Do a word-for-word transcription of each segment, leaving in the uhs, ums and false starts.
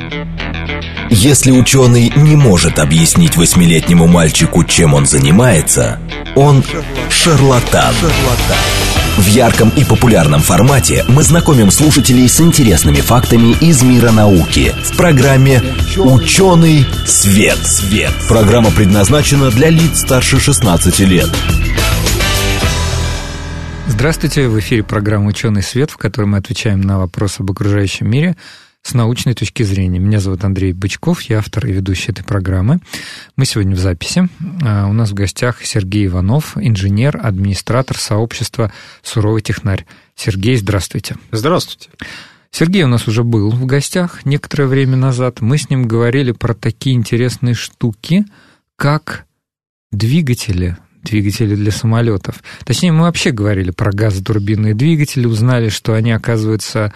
Если ученый не может объяснить восьмилетнему мальчику, чем он занимается, он шарлатан. В ярком и популярном формате мы знакомим слушателей с интересными фактами из мира науки в программе «Ученый свет». Свет. Программа предназначена для лиц старше шестнадцати лет. Здравствуйте, в эфире программа «Ученый свет», в которой мы отвечаем на вопросы об окружающем мире с научной точки зрения. Меня зовут Андрей Бычков, я автор и ведущий этой программы. Мы сегодня в записи. У нас в гостях Сергей Иванов, инженер, администратор сообщества «Суровый технарь». Сергей, здравствуйте. Здравствуйте. Сергей у нас уже был в гостях некоторое время назад. Мы с ним говорили про такие интересные штуки, как двигатели, двигатели для самолетов. Точнее, мы вообще говорили про газотурбинные двигатели, узнали, что они, оказывается,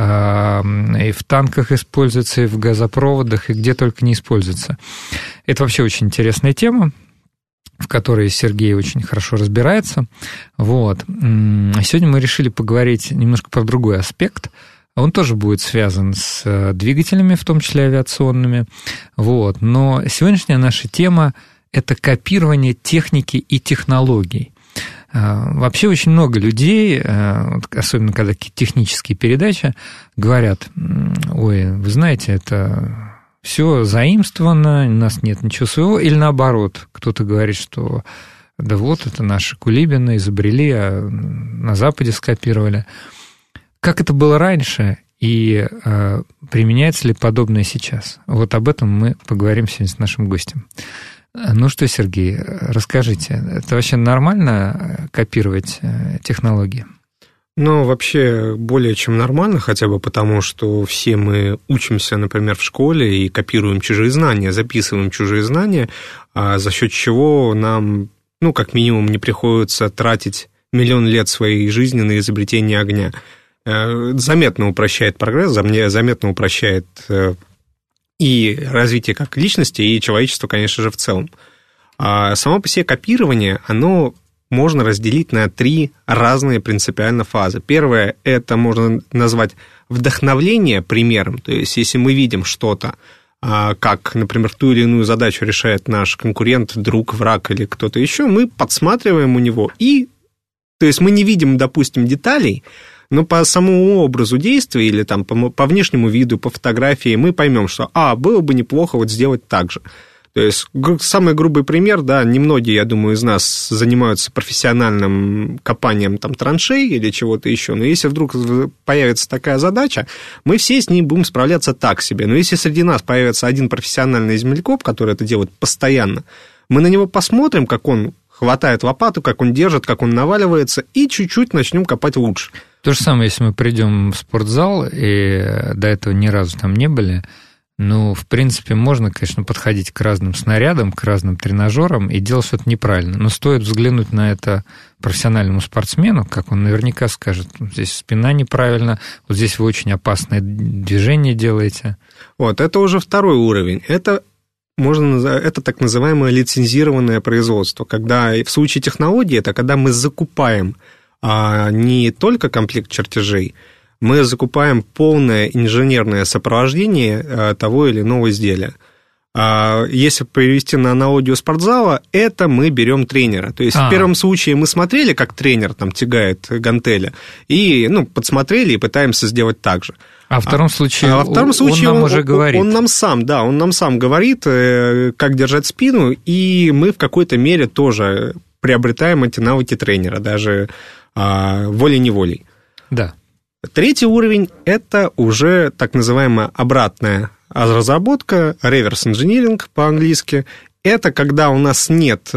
и в танках используются, и в газопроводах, и где только не используются. Это вообще очень интересная тема, в которой Сергей очень хорошо разбирается. Вот. Сегодня мы решили поговорить немножко про другой аспект. Он тоже будет связан с двигателями, в том числе авиационными. Вот. Но сегодняшняя наша тема – это копирование техники и технологий. Вообще очень много людей, особенно когда какие-то технические передачи, говорят: ой, вы знаете, это все заимствовано, у нас нет ничего своего, или наоборот, кто-то говорит, что да вот, это наши кулибины изобрели, а на Западе скопировали. Как это было раньше и применяется ли подобное сейчас? Вот об этом мы поговорим сегодня с нашим гостем. Ну что, Сергей, расскажите, это вообще нормально копировать технологии? Ну, вообще, более чем нормально, хотя бы потому, что все мы учимся, например, в школе и копируем чужие знания, записываем чужие знания, а за счет чего нам, ну, как минимум, не приходится тратить миллион лет своей жизни на изобретение огня. Заметно упрощает прогресс, заметно упрощает и развитие как личности, и человечества, конечно же, в целом. А само по себе копирование, оно можно разделить на три разные принципиально фазы. Первое, это можно назвать вдохновление примером, то есть если мы видим что-то, как, например, ту или иную задачу решает наш конкурент, друг, враг или кто-то еще, мы подсматриваем у него, и, то есть мы не видим, допустим, деталей, но по самому образу действия или там, по, по внешнему виду, по фотографии мы поймем, что, а, было бы неплохо вот сделать так же. То есть, самый грубый пример, да, немногие, я думаю, из нас занимаются профессиональным копанием там, траншей или чего-то еще, но если вдруг появится такая задача, мы все с ней будем справляться так себе. Но если среди нас появится один профессиональный землекоп, который это делает постоянно, мы на него посмотрим, как он хватает лопату, как он держит, как он наваливается, и чуть-чуть начнем копать лучше. То же самое, если мы придем в спортзал, и до этого ни разу там не были, ну, в принципе, можно, конечно, подходить к разным снарядам, к разным тренажерам и делать что-то неправильно. Но стоит взглянуть на это профессиональному спортсмену, как он наверняка скажет: здесь спина неправильно, вот здесь вы очень опасное движение делаете. Вот, это уже второй уровень. Это можно, это так называемое лицензированное производство. Когда в случае технологии, это когда мы закупаем а не только комплект чертежей, мы закупаем полное инженерное сопровождение того или иного изделия. Если перевести на аналогию спортзала, это мы берем тренера. То есть а. в первом случае мы смотрели, как тренер там тягает гантели, и ну, подсмотрели и пытаемся сделать так же. А во втором случае, а во втором случае он нам он, уже говорит. Он нам сам, да, он нам сам говорит, как держать спину, и мы в какой-то мере тоже приобретаем эти навыки тренера, даже волей-неволей. Да. Третий уровень – это уже так называемая обратная разработка, реверс-инжиниринг по-английски. Это когда у нас нет,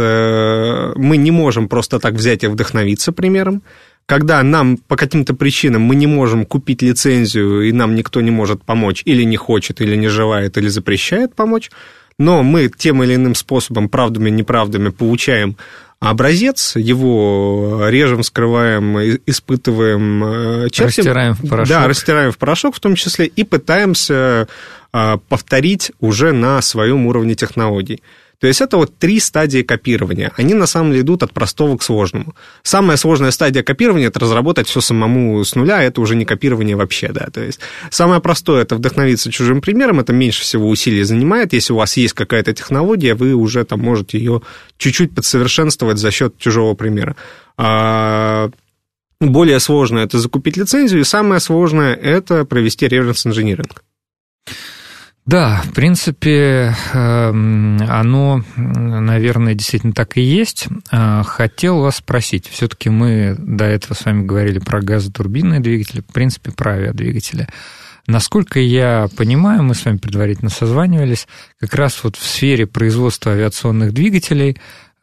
мы не можем просто так взять и вдохновиться примером, когда нам по каким-то причинам мы не можем купить лицензию, и нам никто не может помочь, или не хочет, или не желает, или запрещает помочь, но мы тем или иным способом, правдами, неправдами, получаем образец, его режем, вскрываем, испытываем, чертим. Растираем в порошок. Да, растираем в порошок в том числе, и пытаемся повторить уже на своем уровне технологий. То есть это вот три стадии копирования. Они на самом деле идут от простого к сложному. Самая сложная стадия копирования – это разработать все самому с нуля, это уже не копирование вообще, да. То есть самое простое – это вдохновиться чужим примером, это меньше всего усилий занимает. Если у вас есть какая-то технология, вы уже там можете ее чуть-чуть подсовершенствовать за счет чужого примера. Более сложное – это закупить лицензию, и самое сложное – это провести реверс-инжиниринг. Да, в принципе, оно, наверное, действительно так и есть. Хотел вас спросить, все-таки мы до этого с вами говорили про газотурбинные двигатели, в принципе, про авиадвигатели. Насколько я понимаю, мы с вами предварительно созванивались, как раз вот в сфере производства авиационных двигателей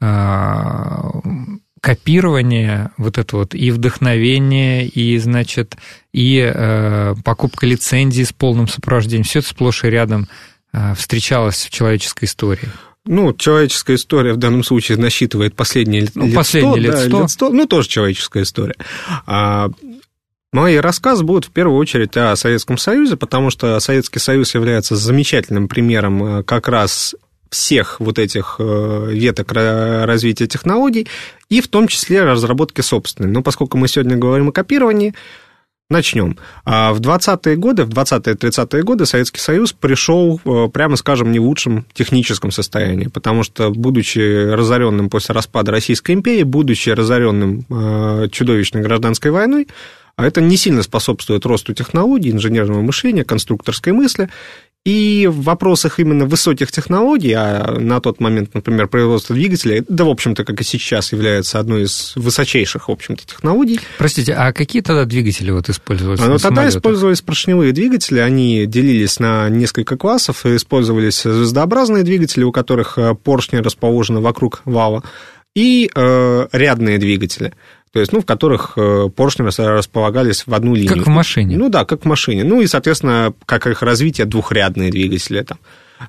копирование, вот это вот и вдохновение, и, значит, и э, покупка лицензии с полным сопровождением, все это сплошь и рядом э, встречалось в человеческой истории. Ну, человеческая история в данном случае насчитывает последние лет, ну, лет последние сто, лет да, сто. лет сто, ну, тоже человеческая история. А, мой рассказ будет в первую очередь о Советском Союзе, потому что Советский Союз является замечательным примером как раз всех вот этих веток развития технологий, и в том числе разработки собственной. Но поскольку мы сегодня говорим о копировании, начнем. В двадцатые годы, в двадцатые-тридцатые годы Советский Союз пришел, прямо скажем, не в лучшем техническом состоянии, потому что, будучи разоренным после распада Российской империи, будучи разоренным чудовищной гражданской войной, это не сильно способствует росту технологий, инженерного мышления, конструкторской мысли. И в вопросах именно высоких технологий, а на тот момент, например, производство двигателей, да, в общем-то, как и сейчас, является одной из высочайших, в общем-то, технологий. Простите, а какие тогда двигатели вот использовались? Ну, тогда использовались поршневые двигатели, они делились на несколько классов, использовались звездообразные двигатели, у которых поршни расположены вокруг вала, и э, рядные двигатели. То есть, ну, в которых поршни располагались в одну линию. Как в машине. Ну да, как в машине. Ну и, соответственно, как их развитие, двухрядные двигатели там.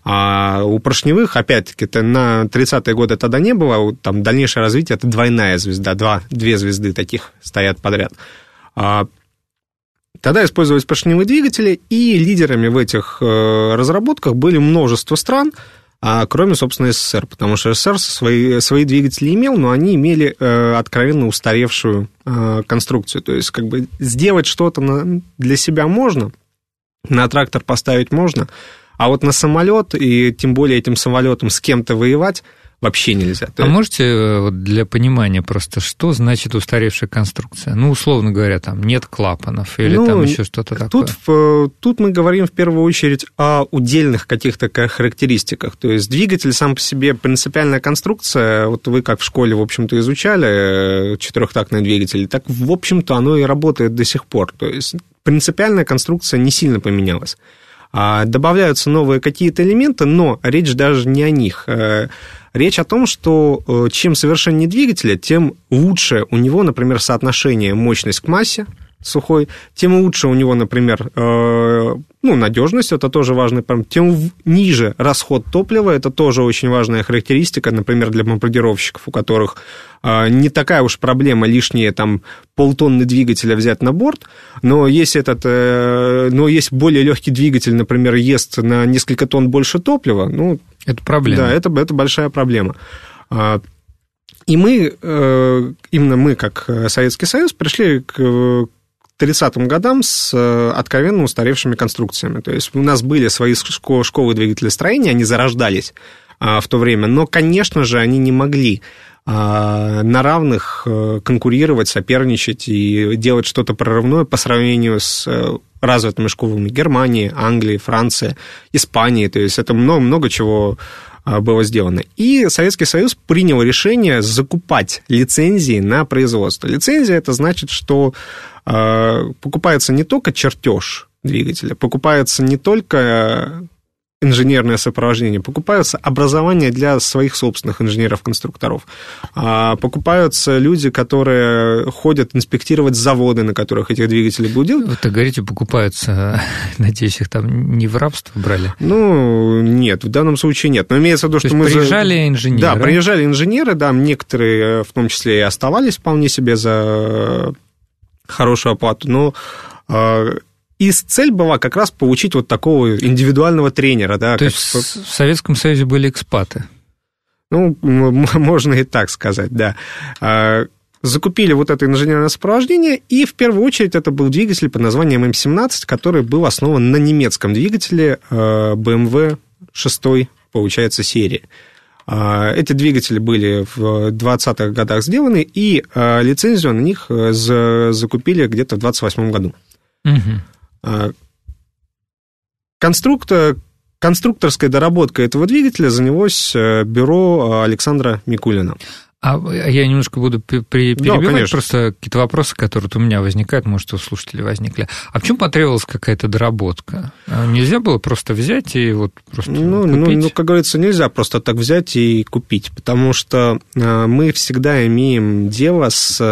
А у поршневых, опять-таки, это на тридцатые годы тогда не было, там дальнейшее развитие – это двойная звезда, два, две звезды таких стоят подряд. А тогда использовались поршневые двигатели, и лидерами в этих разработках были множество стран, а кроме, собственно, СССР, потому что СССР свои, свои двигатели имел, но они имели э, откровенно устаревшую э, конструкцию. То есть, как бы сделать что-то на, для себя можно, на трактор поставить можно, а вот на самолет, и тем более этим самолетом с кем-то воевать, вообще нельзя. А можете вот для понимания просто, что значит устаревшая конструкция? Ну, условно говоря, там нет клапанов или ну, там еще что-то тут, такое? Тут мы говорим в первую очередь о удельных каких-то характеристиках. То есть двигатель сам по себе принципиальная конструкция, вот вы как в школе, в общем-то, изучали четырехтактный двигатель, так, в общем-то, оно и работает до сих пор. То есть принципиальная конструкция не сильно поменялась. Добавляются новые какие-то элементы, но речь даже не о них. Речь о том, что чем совершеннее двигателя, тем лучше у него, например, соотношение мощность к массе сухой, тем лучше у него, например, ну, надежность, это тоже важный параметр, тем ниже расход топлива, это тоже очень важная характеристика, например, для бомбардировщиков, у которых не такая уж проблема лишние там полтонны двигателя взять на борт, но если этот, но есть более легкий двигатель, например, ест на несколько тонн больше топлива, ну, это проблема. Да, это, это большая проблема. И мы, именно мы, как Советский Союз, пришли к тридцатым годам с откровенно устаревшими конструкциями. То есть у нас были свои школы двигателестроения, они зарождались в то время, но, конечно же, они не могли на равных конкурировать, соперничать и делать что-то прорывное по сравнению с развитыми школами Германии, Англии, Франции, Испании. То есть это много, много чего было сделано. И Советский Союз принял решение закупать лицензии на производство. Лицензия – это значит, что покупается не только чертеж двигателя, покупается не только инженерное сопровождение, покупаются образования для своих собственных инженеров-конструкторов, покупаются люди, которые ходят инспектировать заводы, на которых этих двигателей будут делать. Вы так говорите, покупаются, надеюсь, их там не в рабство брали? Ну, нет, в данном случае нет. Но имеется в виду, что То мы... приезжали инженеры? Да, приезжали инженеры, да, некоторые, в том числе, и оставались вполне себе за хорошую оплату, но... И цель была как раз получить вот такого индивидуального тренера. Да, То как... есть в Советском Союзе были экспаты? Ну, можно и так сказать, да. Закупили вот это инженерное сопровождение, и в первую очередь это был двигатель под названием эм семнадцать, который был основан на немецком двигателе бэ эм вэ шестой, получается, серии. Эти двигатели были в двадцатых годах сделаны, и лицензию на них закупили где-то в двадцать восьмом году. Угу. Конструктор, конструкторской доработкой этого двигателя занялось бюро Александра Микулина. А я немножко буду перебивать, да, просто какие-то вопросы, которые у меня возникают, может, у слушателей возникли. А в чем потребовалась какая-то доработка? Нельзя было просто взять и вот просто ну, купить? Ну, ну, как говорится, нельзя просто так взять и купить, потому что мы всегда имеем дело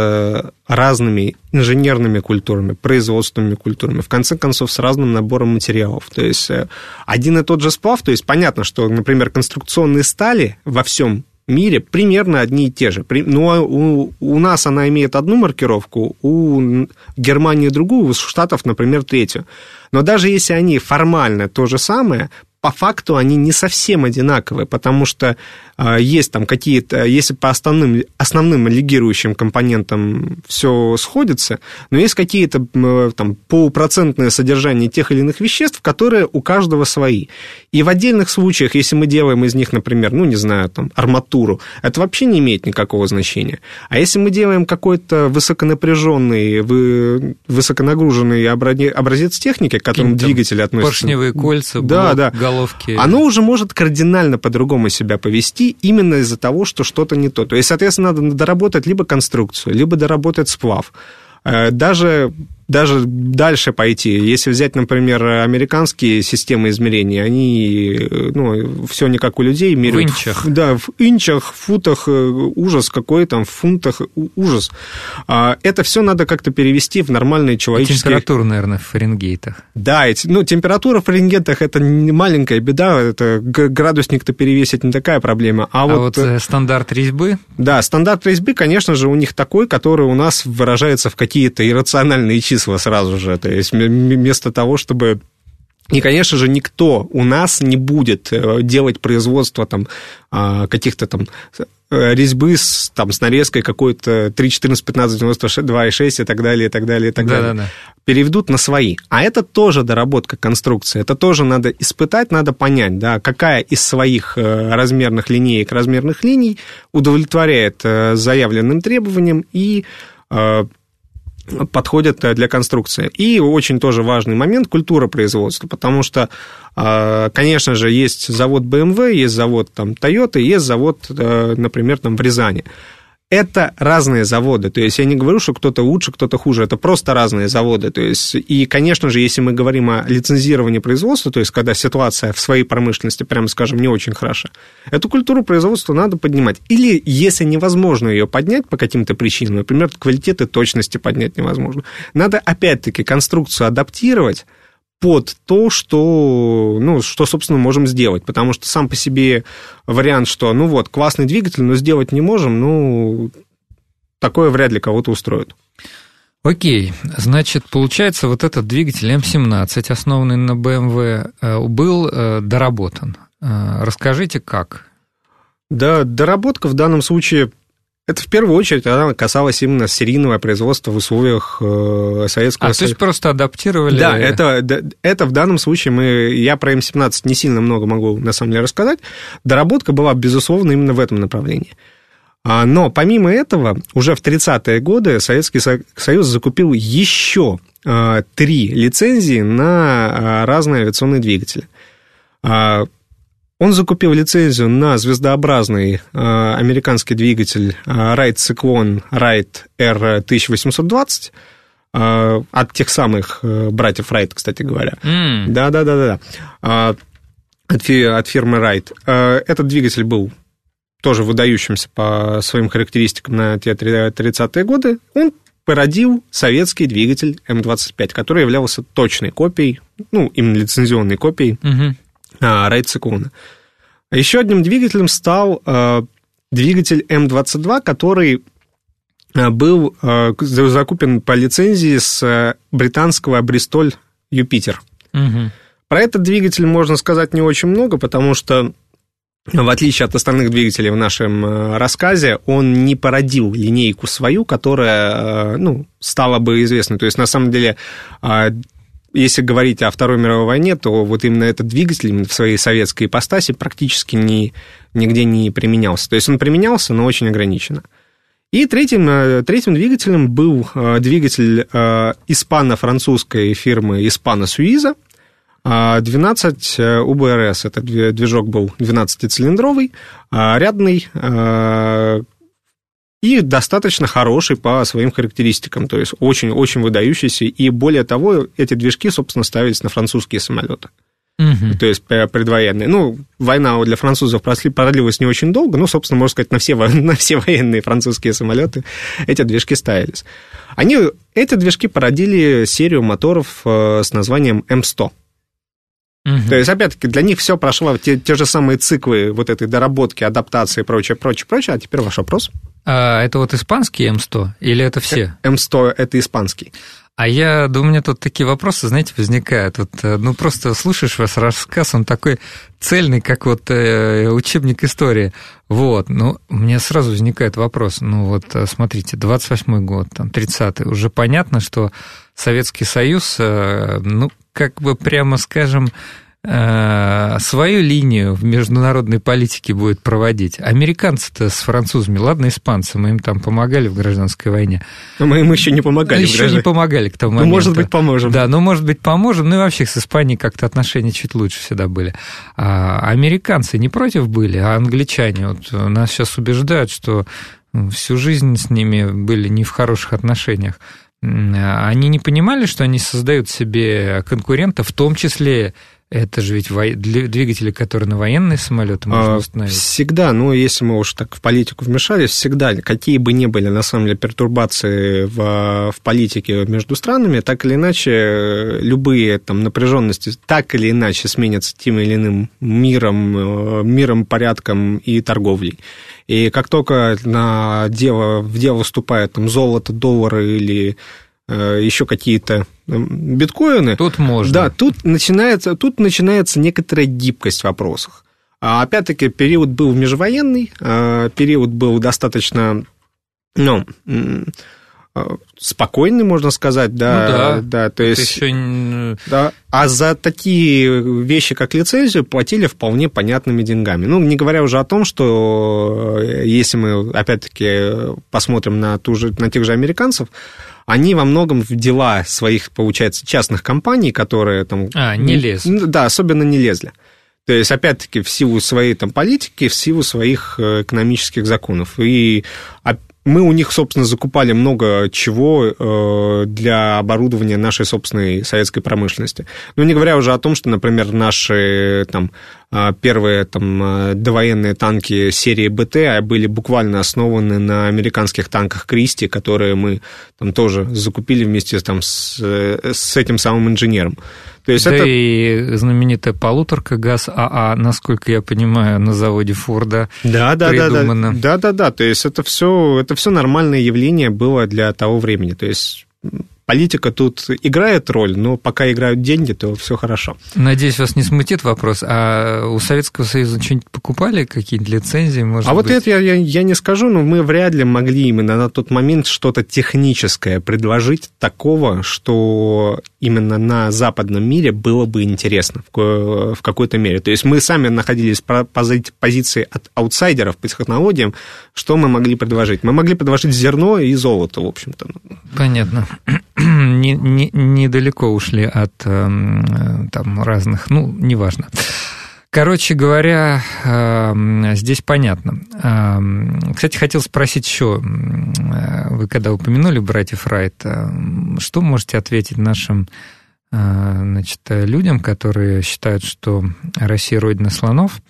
с разными инженерными культурами, производственными культурами, в конце концов, с разным набором материалов. То есть один и тот же сплав, то есть понятно, что, например, конструкционные стали во всем мире примерно одни и те же. Но у, у нас она имеет одну маркировку, у Германии другую, у Штатов, например, третью. Но даже если они формально то же самое, по факту они не совсем одинаковые, потому что э, есть там какие-то, если по основным, основным легирующим компонентам все сходится, но есть какие-то э, там полупроцентные содержания тех или иных веществ, которые у каждого свои. И в отдельных случаях, если мы делаем из них, например, ну, не знаю, там, арматуру, это вообще не имеет никакого значения. А если мы делаем какой-то высоконапряженный, вы, высоконагруженный образец техники, к которому двигатель относится... Поршневые кольца, да, блок, да. головки. Оно уже может кардинально по-другому себя повести именно из-за того, что что-то не то. То есть, соответственно, надо доработать либо конструкцию, либо доработать сплав. Даже, даже дальше пойти. Если взять, например, американские системы измерения, они, ну, все не как у людей меряют. В инчах. Да, в инчах, в футах, ужас какой там, в фунтах, ужас. Это все надо как-то перевести в нормальные человеческие... Температура, наверное, в фаренгейтах. Да, ну, температура в фаренгейтах – это не маленькая беда, это градусник-то перевесить не такая проблема. А, а вот, вот стандарт резьбы? Да, стандарт резьбы, конечно же, у них такой, который у нас выражается в какие-то иррациональные числа сразу же. То есть вместо того, чтобы... И, конечно же, никто у нас не будет делать производство там, каких-то там резьбы с, там, с нарезкой какой-то три, четырнадцать, пятнадцать, девяносто два и шесть и так далее, и так далее, и так далее. Да-да-да. Переведут на свои. А это тоже доработка конструкции. Это тоже надо испытать, надо понять, да, какая из своих размерных линеек, размерных линий удовлетворяет заявленным требованиям и подходят для конструкции. И очень тоже важный момент – культура производства, потому что, конечно же, есть завод бэ эм вэ, есть завод там, Toyota, есть завод, например, там, в Рязани. Это разные заводы, то есть я не говорю, что кто-то лучше, кто-то хуже, это просто разные заводы, то есть, и, конечно же, если мы говорим о лицензировании производства, то есть, когда ситуация в своей промышленности, прямо скажем, не очень хороша, эту культуру производства надо поднимать, или, если невозможно ее поднять по каким-то причинам, например, квалитет и точности поднять невозможно, надо, опять-таки, конструкцию адаптировать под то, что, ну, что, собственно, можем сделать. Потому что сам по себе вариант, что, ну вот, классный двигатель, но сделать не можем, ну, такое вряд ли кого-то устроит. Окей, значит, получается, вот этот двигатель эм семнадцать, основанный на бэ эм вэ, был доработан. Расскажите, как? Да, доработка в данном случае... Это в первую очередь она касалась именно серийного производства в условиях Советского Союза. А, то есть просто адаптировали... Да, это, это в данном случае мы... Я про эм семнадцать не сильно много могу, на самом деле, рассказать. Доработка была, безусловно, именно в этом направлении. Но помимо этого, уже в тридцатые годы Советский Союз закупил еще три лицензии на разные авиационные двигатели. Он закупил лицензию на звездообразный э, американский двигатель э, Wright Cyclone Wright эр тысяча восемьсот двадцать э, от тех самых э, братьев Wright, кстати говоря. Mm. Да-да-да-да. Э, от, фи, от фирмы Wright. Э, этот двигатель был тоже выдающимся по своим характеристикам на те тридцатые годы. Он породил советский двигатель эм двадцать пять, который являлся точной копией, ну, именно лицензионной копией mm-hmm. Wright Cyclone. Еще одним двигателем стал э, двигатель эм двадцать два, который э, был э, закуплен по лицензии с э, британского Bristol Юпитер. Угу. Про этот двигатель можно сказать не очень много, потому что в отличие от остальных двигателей в нашем рассказе, он не породил линейку свою, которая, ну, стала бы известной. То есть, на самом деле, если говорить о Второй мировой войне, то вот именно этот двигатель именно в своей советской ипостаси практически ни, нигде не применялся. То есть, он применялся, но очень ограниченно. И третьим, третьим двигателем был двигатель испано-французской фирмы «Испано-Сюиза», двенадцать ю би эр эс. Этот движок был двенадцатицилиндровый, рядный и достаточно хороший по своим характеристикам, то есть очень-очень выдающийся, и более того, эти движки, собственно, ставились на французские самолеты. Угу. То есть предвоенные. Ну, война для французов продлилась не очень долго, но, собственно, можно сказать, на все, на все военные французские самолеты эти движки ставились. Они, эти движки породили серию моторов с названием эм сто. Угу. То есть, опять-таки, для них все прошло, те, те же самые циклы вот этой доработки, адаптации и прочее, прочее, прочее. А теперь ваш вопрос. А это вот испанский эм сто или это все? эм сто – это испанский. А я, да у меня тут такие вопросы, знаете, возникают. Вот, ну, просто слушаешь ваш рассказ, он такой цельный, как вот э, учебник истории. Вот, ну, у меня сразу возникает вопрос. Ну, вот, смотрите, двадцать восьмой год, там, тридцатый, уже понятно, что Советский Союз, э, ну, как бы прямо скажем, свою линию в международной политике будет проводить. Американцы-то с французами, ладно, испанцы, мы им там помогали в гражданской войне. Но мы им еще не помогали. Еще граждан... не помогали к тому ну, моменту. Может быть, поможем. Да, ну, может быть, поможем. Ну, и вообще с Испанией как-то отношения чуть лучше всегда были. А американцы не против были, а англичане вот нас сейчас убеждают, что всю жизнь с ними были не в хороших отношениях. Они не понимали, что они создают себе конкурента, в том числе... Это же ведь во... двигатели, которые на военные самолеты можно установить. Всегда, ну, если мы уж так в политику вмешались, всегда, какие бы ни были, на самом деле, пертурбации в, в политике между странами, так или иначе, любые там напряженности так или иначе сменятся тем или иным миром, миром, порядком и торговлей. И как только на дело, в дело вступает там, золото, доллары или еще какие-то биткоины. Тут можно. Да, тут начинается, тут начинается некоторая гибкость в вопросах. А опять-таки, период был межвоенный, период был достаточно, ну, спокойный, можно сказать, да. Ну, да. да то есть, еще... да, а за такие вещи, как лицензию, платили вполне понятными деньгами. Ну, не говоря уже о том, что если мы, опять-таки, посмотрим на, ту же, на тех же американцев, они во многом в дела своих, получается, частных компаний, которые там... А, не лезли. Да, особенно не лезли. То есть, опять-таки, в силу своей там политики, в силу своих экономических законов. И мы у них, собственно, закупали много чего для оборудования нашей собственной советской промышленности. Ну, не говоря уже о том, что, например, наши там, первые там, довоенные танки серии БТ были буквально основаны на американских танках Кристи, которые мы там тоже закупили вместе там, с, с этим самым инженером. То есть да это... и знаменитая полуторка ГАЗ-АА, насколько я понимаю, на заводе Форда да, да, придумана. Да, да, да, да, то есть это все, это все нормальное явление было для того времени, то есть... Политика тут играет роль, но пока играют деньги, то все хорошо. Надеюсь, вас не смутит вопрос. А у Советского Союза что-нибудь покупали, какие-нибудь лицензии, может а быть? вот это я, я, я не скажу, но мы вряд ли могли именно на тот момент что-то техническое предложить такого, что именно на западном мире было бы интересно в, в какой-то мере. То есть мы сами находились в позиции от аутсайдеров по технологиям, что мы могли предложить? Мы могли предложить зерно и золото, в общем-то. Понятно. Не, не, недалеко ушли от там, разных, ну, неважно. Короче говоря, здесь понятно. Кстати, хотел спросить еще, вы когда упомянули братьев Райт, что можете ответить нашим, значит, людям, которые считают, что Россия родина слонов?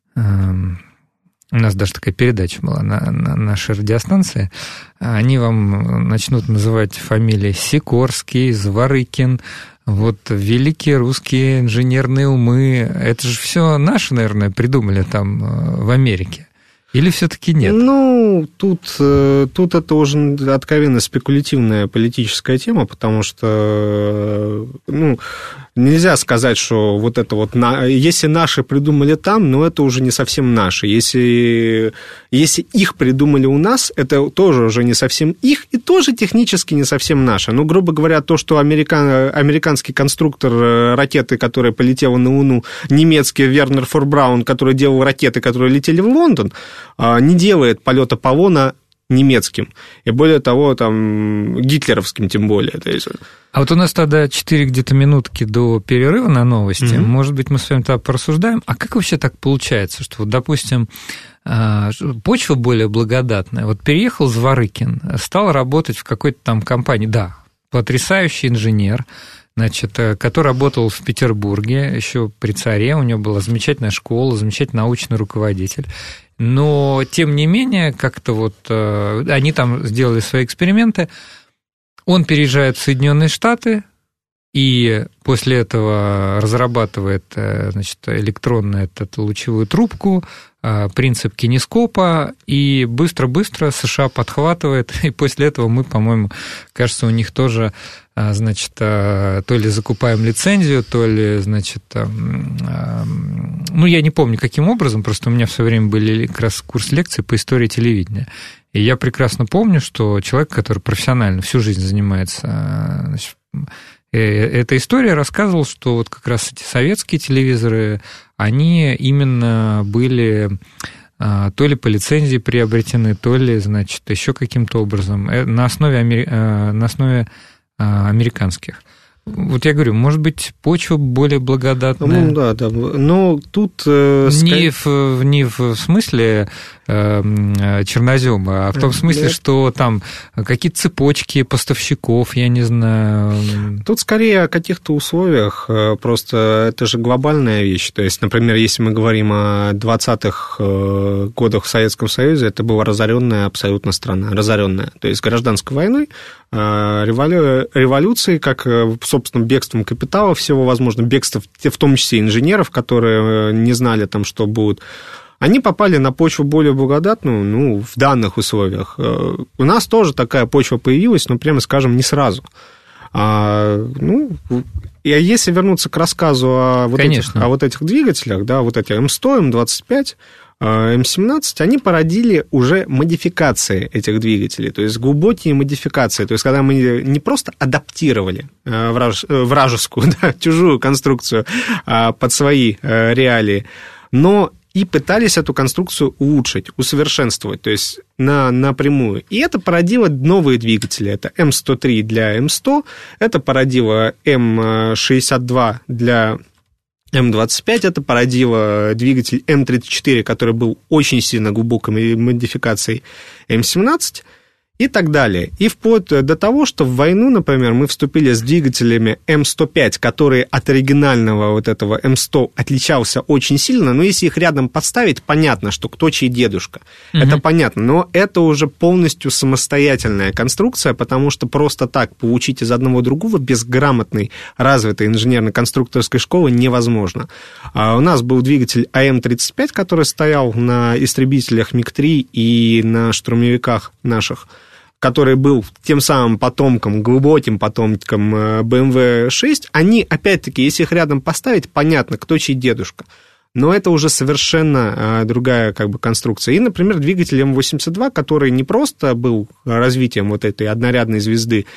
У нас даже такая передача была на, на нашей радиостанции. Они вам начнут называть фамилии Сикорский, Зворыкин, вот великие русские инженерные умы. Это же все наши, наверное, придумали там в Америке. Или все-таки нет? Ну, тут, тут это уже откровенно спекулятивная политическая тема, потому что, ну, нельзя сказать, что вот это вот, если наши придумали там, но это уже не совсем наши. Если, если их придумали у нас, это тоже уже не совсем их, и тоже технически не совсем наше. Ну, грубо говоря, то, что американ, американский конструктор ракеты, которая полетела на Луну, немецкий Вернер фон Браун, который делал ракеты, которые летели в Лондон, не делает полет Аполлона немецким, и более того, там, гитлеровским тем более. То есть... А вот у нас тогда четыре где-то минутки до перерыва на новости, mm-hmm. может быть, мы с вами тогда порассуждаем, а как вообще так получается, что, вот, допустим, почва более благодатная, вот переехал Зворыкин, стал работать в какой-то там компании, да, потрясающий инженер, значит, который работал в Петербурге еще при царе, у него была замечательная школа, замечательный научный руководитель, но, тем не менее, как-то вот они там сделали свои эксперименты, он переезжает в Соединенные Штаты и после этого разрабатывает, значит, электронную эту лучевую трубку, принцип кинескопа, и быстро-быстро США подхватывает, и после этого мы, по-моему, кажется, у них тоже, значит, то ли закупаем лицензию, то ли, значит, ну, я не помню, каким образом, просто у меня все время были как раз курс лекций по истории телевидения, и я прекрасно помню, что человек, который профессионально всю жизнь занимается, значит, эта история рассказывала, что вот как раз эти советские телевизоры, они именно были то ли по лицензии приобретены, то ли, значит, еще каким-то образом на основе, на основе американских. Вот я говорю, может быть, почва более благодатная. Ну, да, да. Но тут... Э, не, в, не в смысле э, чернозема, а в том смысле, Нет. что там какие-то цепочки поставщиков, я не знаю. Тут скорее о каких-то условиях. Просто это же глобальная вещь. То есть, например, если мы говорим о двадцатых годах в Советском Союзе, это была разоренная абсолютно страна. Разоренная. То есть, гражданской войной, револю... революцией, как, собственно, бегством капитала всего возможно, бегство в том числе инженеров, которые не знали там, что будет, они попали на почву более благодатную, ну, в данных условиях. У нас тоже такая почва появилась, но, прямо скажем, не сразу. А, ну, и если вернуться к рассказу о вот, этих, о вот этих двигателях, да, вот эти эм сто, эм двадцать пять, эм семнадцать, они породили уже модификации этих двигателей, то есть глубокие модификации, то есть когда мы не просто адаптировали враж, вражескую, да, чужую конструкцию под свои реалии, но и пытались эту конструкцию улучшить, усовершенствовать, то есть на, напрямую. И это породило новые двигатели. Это эм сто три для эм сто, это породило эм шестьдесят два для эм двадцать пять, это породило двигатель эм тридцать четыре, который был очень сильно глубокой модификацией эм семнадцать, и так далее. И вплоть до того, что в войну, например, мы вступили с двигателями эм сто пять, которые от оригинального вот этого эм сто отличался очень сильно, но если их рядом поставить, понятно, что кто чей дедушка. Mm-hmm. Это понятно, но это уже полностью самостоятельная конструкция, потому что просто так получить из одного другого без грамотной, развитой инженерно-конструкторской школы невозможно. А у нас был двигатель а эм тридцать пять, который стоял на истребителях миг три и на штурмовиках наших, который был тем самым потомком, глубоким потомком бэ эм вэ шесть, они, опять-таки, если их рядом поставить, понятно, кто чей дедушка. Но это уже совершенно другая как бы конструкция. И, например, двигатель эм восемьдесят два, который не просто был развитием вот этой однорядной звезды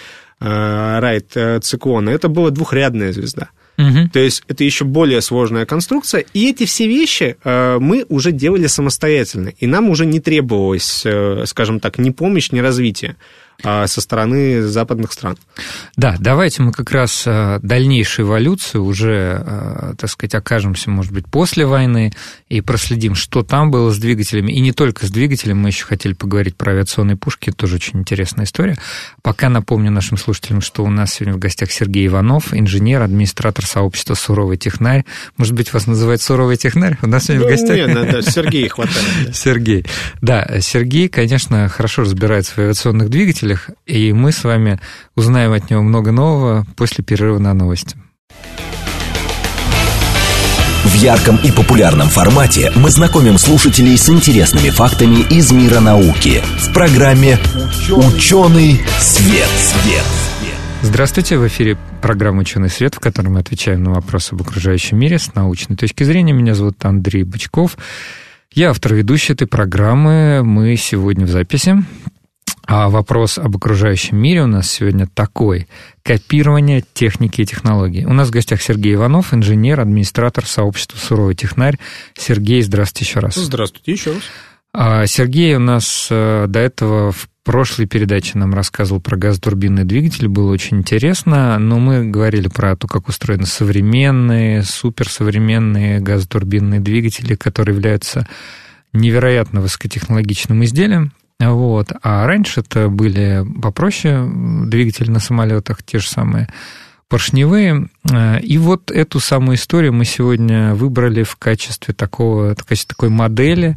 Райт-циклона, это была двухрядная звезда. Угу. То есть это еще более сложная конструкция, и эти все вещи э, мы уже делали самостоятельно, и нам уже не требовалось, э, скажем так, ни помощь, ни развитие э, со стороны западных стран. Да, давайте мы как раз э, дальнейшую эволюцию уже, э, так сказать, окажемся, может быть, после войны и проследим, что там было с двигателями, и не только с двигателем, мы еще хотели поговорить про авиационные пушки, это тоже очень интересная история. Пока напомню нашим слушателям, что у нас сегодня в гостях Сергей Иванов, инженер, администратор сообщества «Суровый технарь». Может быть, вас называют «Суровый технарь»? У нас сегодня ну, в гостях... Нет, да, да, Сергей хватает. Да. Сергей. Да, Сергей, конечно, хорошо разбирается в авиационных двигателях, и мы с вами узнаем от него много нового после перерыва на новости. В ярком и популярном формате мы знакомим слушателей с интересными фактами из мира науки в программе «Ученый свет». Здравствуйте, в эфире программа «Ученый свет», в которой мы отвечаем на вопросы об окружающем мире с научной точки зрения. Меня зовут Андрей Бычков. Я автор-ведущий этой программы. Мы сегодня в записи. А вопрос об окружающем мире у нас сегодня такой. Копирование техники и технологий. У нас в гостях Сергей Иванов, инженер, администратор сообщества «Суровый технарь». Сергей, здравствуйте еще раз. Здравствуйте еще раз. Сергей у нас до этого в прошлой передаче нам рассказывал про газотурбинные двигатели, было очень интересно, но мы говорили про то, как устроены современные, суперсовременные газотурбинные двигатели, которые являются невероятно высокотехнологичным изделием. Вот. А раньше это были попроще двигатели на самолетах, те же самые поршневые. И вот эту самую историю мы сегодня выбрали в качестве, такого, в качестве такой модели,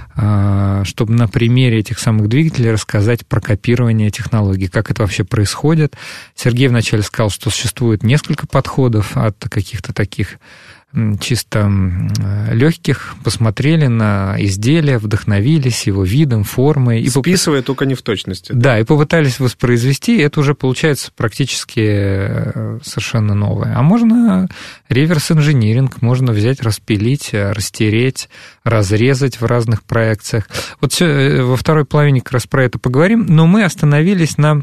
чтобы на примере этих самых двигателей рассказать про копирование технологий, как это вообще происходит. Сергей вначале сказал, что существует несколько подходов от каких-то таких чисто легких, посмотрели на изделие, вдохновились его видом, формой. И Списывая поп... только не в точности. Да? да, и попытались воспроизвести, это уже получается практически совершенно новое. А можно реверс-инжиниринг, можно взять, распилить, растереть, разрезать в разных проекциях. Вот все, во второй половине как раз про это поговорим, но мы остановились на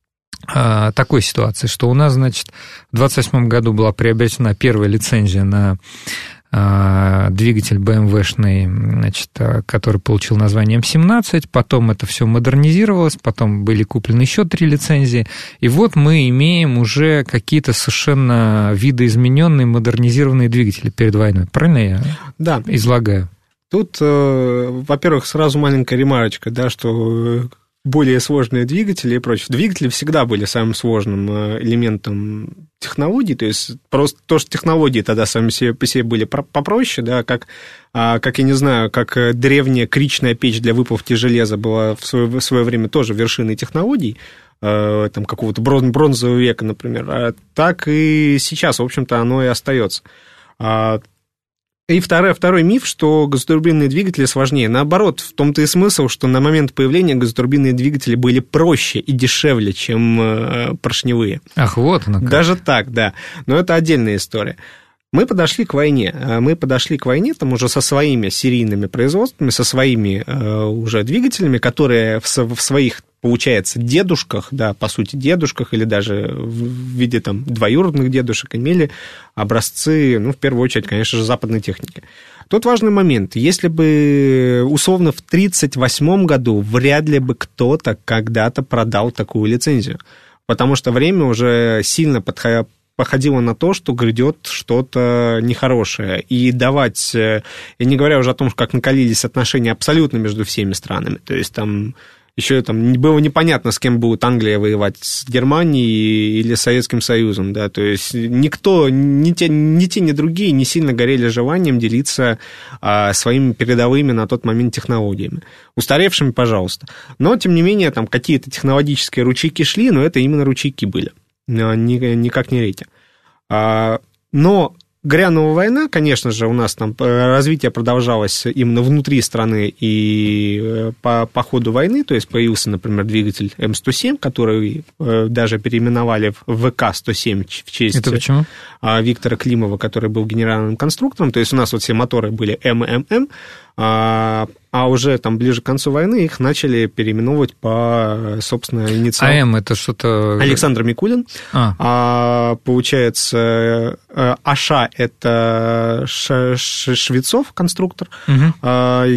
такой ситуации, что у нас, значит, в двадцать восьмом году была приобретена первая лицензия на двигатель бэ эм вэ-шный, значит, который получил название эм семнадцать, потом это все модернизировалось, потом были куплены еще три лицензии, и вот мы имеем уже какие-то совершенно видоизмененные, модернизированные двигатели перед войной. Правильно я да. излагаю? Тут, во-первых, сразу маленькая ремарочка, да, что более сложные двигатели и прочее. Двигатели всегда были самым сложным элементом технологий, то есть просто то, что технологии тогда сами себе, по себе были попроще, да, как, как, я не знаю, как древняя кричная печь для выплавки железа была в свое, в свое время тоже вершиной технологий, там, какого-то бронзового века, например, так и сейчас, в общем-то, оно и остается. И второй, второй миф, что газотурбинные двигатели сложнее. Наоборот, в том-то и смысл, что на момент появления газотурбинные двигатели были проще и дешевле, чем э, поршневые. Ах, вот оно как. Даже так, да. Но это отдельная история. Мы подошли к войне. Мы подошли к войне там уже со своими серийными производствами, со своими э, уже двигателями, которые в, в своих, получается, дедушках, да, по сути, дедушках, или даже в виде там двоюродных дедушек имели образцы, ну, в первую очередь, конечно же, западной техники. Тут важный момент. Если бы, условно, в тридцать восьмом году вряд ли бы кто-то когда-то продал такую лицензию, потому что время уже сильно подходило, походило на то, что грядет что-то нехорошее. И давать, я не говоря уже о том, как накалились отношения абсолютно между всеми странами, то есть там еще там было непонятно, с кем будет Англия воевать, с Германией или с Советским Союзом, да, то есть никто, ни те, ни те, ни другие не сильно горели желанием делиться а, своими передовыми на тот момент технологиями. Устаревшими, пожалуйста. Но, тем не менее, там какие-то технологические ручейки шли, но это именно ручейки были, никак не реки. А, но грянула война, конечно же, у нас там развитие продолжалось именно внутри страны и по, по ходу войны, то есть появился, например, двигатель эм сто семь, который даже переименовали в вэ ка сто семь в честь Это почему? Виктора Климова, который был генеральным конструктором, то есть у нас вот все моторы были эм эм эм, а, а уже там ближе к концу войны их начали переименовывать по, собственно, инициалам. АМ это что-то... Александр Микулин. А. А, получается, АША это Ш... Ш... Швецов, конструктор. Угу. А,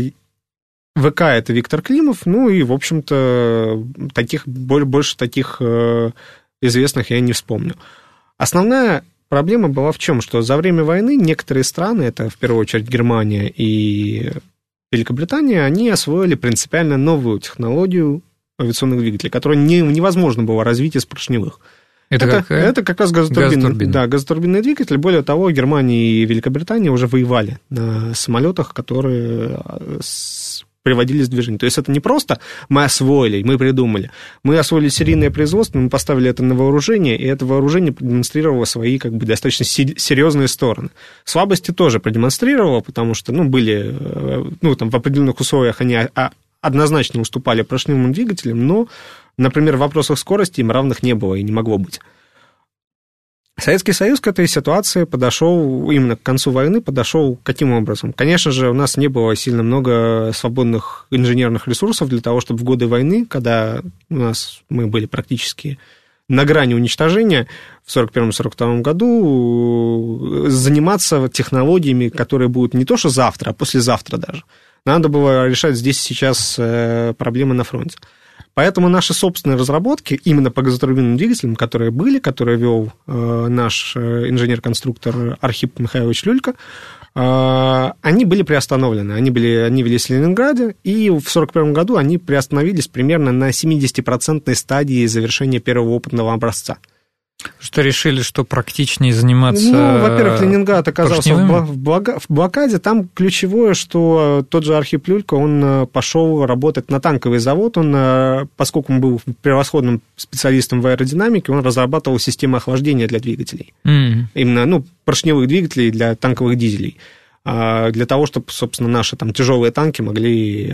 вэ ка это Виктор Климов. Ну и, в общем-то, таких, больше таких известных я не вспомню. Основная проблема была в чем? Что за время войны некоторые страны, это в первую очередь Германия и Великобритания, они освоили принципиально новую технологию авиационных двигателей, которую не, невозможно было развить из поршневых. Это, это, как, это как раз газотурбинный, газотурбин. Да, газотурбинный двигатель. Более того, Германия и Великобритания уже воевали на самолетах, которые приводились в движение. То есть это не просто мы освоили, мы придумали. Мы освоили серийное производство, мы поставили это на вооружение, и это вооружение продемонстрировало свои как бы достаточно серьезные стороны. Слабости тоже продемонстрировало, потому что ну, были, ну, там, в определенных условиях они однозначно уступали поршневым двигателям, но, например, в вопросах скорости им равных не было и не могло быть. Советский Союз к этой ситуации подошел, именно к концу войны, подошел каким образом? Конечно же, у нас не было сильно много свободных инженерных ресурсов для того, чтобы в годы войны, когда у нас мы были практически на грани уничтожения в сорок первом — сорок втором году, заниматься технологиями, которые будут не то что завтра, а послезавтра даже. Надо было решать здесь и сейчас проблемы на фронте. Поэтому наши собственные разработки именно по газотурбинным двигателям, которые были, которые вел э, наш инженер-конструктор Архип Михайлович Люлька, э, они были приостановлены. Они, были, они велись в Ленинграде, и в сорок первом году они приостановились примерно на семидесятипроцентной стадии завершения первого опытного образца. Что решили, что практичнее заниматься... Ну, во-первых, Ленинград оказался в блокаде. Там ключевое, что тот же Архип Люлька, он пошел работать на танковый завод. Он, поскольку он был превосходным специалистом в аэродинамике, он разрабатывал системы охлаждения для двигателей. Mm-hmm. Именно, ну, поршневых двигателей для танковых дизелей. Для того, чтобы, собственно, наши там тяжелые танки могли...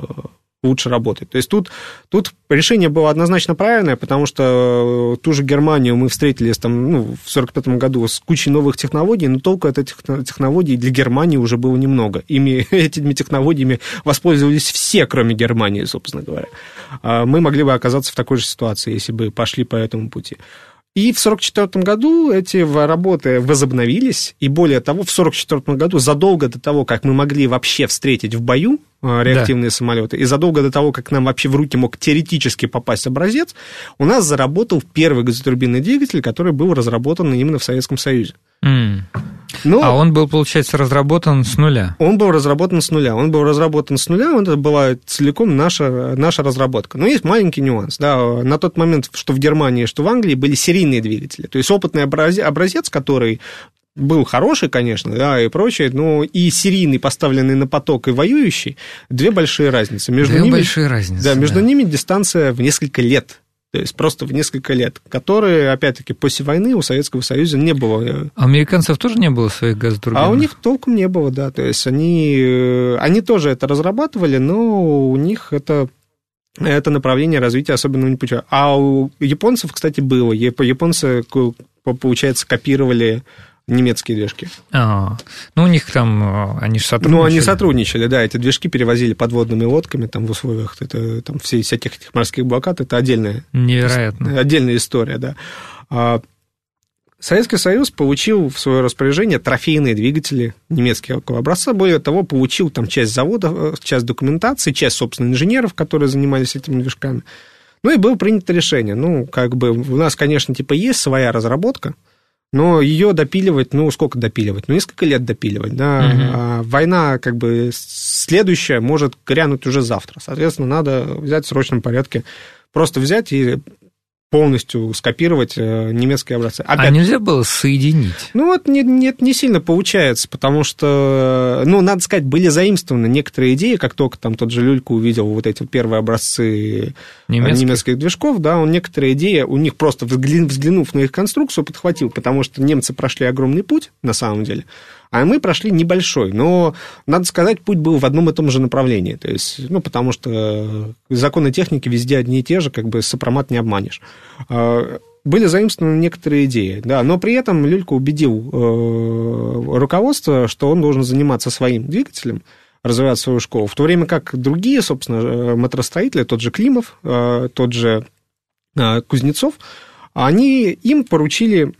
лучше работать. То есть тут, тут решение было однозначно правильное, потому что ту же Германию мы встретили там, ну, в сорок пятом году с кучей новых технологий, но толку от этих технологий для Германии уже было немного. Ими, этими технологиями воспользовались все, кроме Германии, собственно говоря. Мы могли бы оказаться в такой же ситуации, если бы пошли по этому пути. И в сорок четвёртом году эти работы возобновились, и более того, в сорок четвёртом году, задолго до того, как мы могли вообще встретить в бою реактивные да. самолеты, и задолго до того, как нам вообще в руки мог теоретически попасть образец, у нас заработал первый газотурбинный двигатель, который был разработан именно в Советском Союзе. Mm. Но а он был, получается, разработан с нуля? Он был разработан с нуля. Он был разработан с нуля, это была целиком наша, наша разработка. Но есть маленький нюанс. Да, на тот момент, что в Германии, что в Англии, были серийные двигатели. То есть опытный образец, который был хороший, конечно, да, и прочее, но и серийный, поставленный на поток, и воюющий, две большие разницы. Между две ними, большие разницы, да, между да. ними дистанция в несколько лет. То есть просто в несколько лет, которые, опять-таки, после войны у Советского Союза не было. А у американцев тоже не было своих газотурбин? А у них толком не было, да. То есть они, они тоже это разрабатывали, но у них это, это направление развития особенно не получилось. А у японцев, кстати, было. Японцы, получается, копировали немецкие движки. А, ну, у них там, они же сотрудничали. Ну, они сотрудничали, да, эти движки перевозили подводными лодками, там, в условиях это, там, все, всяких этих морских блокад, это отдельная... Невероятно. Отдельная история, да. Советский Союз получил в свое распоряжение трофейные двигатели немецкого образца, более того, получил там часть заводов, часть документации, часть, собственно, инженеров, которые занимались этими движками. Ну, и было принято решение, ну, как бы, у нас, конечно, типа, есть своя разработка, но ее допиливать, ну, сколько допиливать? Ну, несколько лет допиливать, да. Uh-huh. А война, как бы, следующая может грянуть уже завтра. Соответственно, надо взять в срочном порядке, просто взять и полностью скопировать немецкие образцы. Опять... А нельзя было соединить? Ну, вот нет, нет, не сильно получается, потому что, ну, надо сказать, были заимствованы некоторые идеи, как только там тот же Люлька увидел вот эти первые образцы немецких, немецких движков, да, он некоторые идеи, у них просто взглянув на их конструкцию, подхватил, потому что немцы прошли огромный путь, на самом деле, а мы прошли небольшой, но, надо сказать, путь был в одном и том же направлении, то есть, ну, потому что законы техники везде одни и те же, как бы сопромат не обманешь. Были заимствованы некоторые идеи, да, но при этом Люлька убедил э, руководство, что он должен заниматься своим двигателем, развивать свою школу, в то время как другие, собственно, моторостроители, тот же Климов, э, тот же э, Кузнецов, они им поручили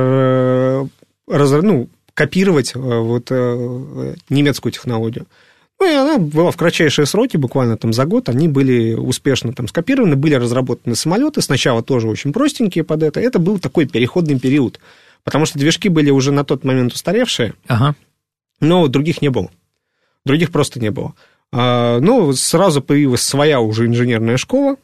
э, раз, ну, копировать э, вот, э, немецкую технологию. Ну, и она была в кратчайшие сроки, буквально там за год, они были успешно там скопированы, были разработаны самолеты, сначала тоже очень простенькие под это. Это был такой переходный период, потому что движки были уже на тот момент устаревшие, ага. но других не было. Других просто не было. Ну, сразу появилась своя уже инженерная школа,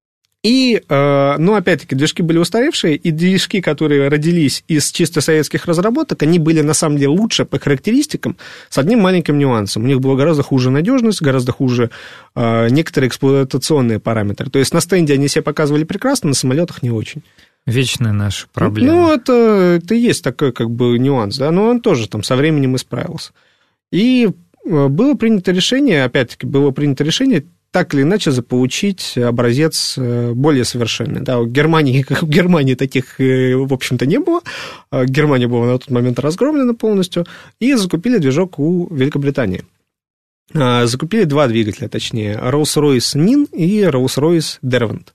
и, ну, опять-таки, движки были устаревшие, и движки, которые родились из чисто советских разработок, они были, на самом деле, лучше по характеристикам, с одним маленьким нюансом. У них была гораздо хуже надежность, гораздо хуже некоторые эксплуатационные параметры. То есть на стенде они себя показывали прекрасно, на самолетах не очень. Вечная наша проблема. Ну, это, это и есть такой, как бы, нюанс, да, но он тоже там со временем исправился. И было принято решение, опять-таки, было принято решение так или иначе заполучить образец более совершенный. Да, у Германии, как в Германии таких, в общем-то, не было. Германия была на тот момент разгромлена полностью, и закупили движок у Великобритании. Закупили два двигателя, точнее, Rolls-Royce Нин и Rolls-Royce Derwent.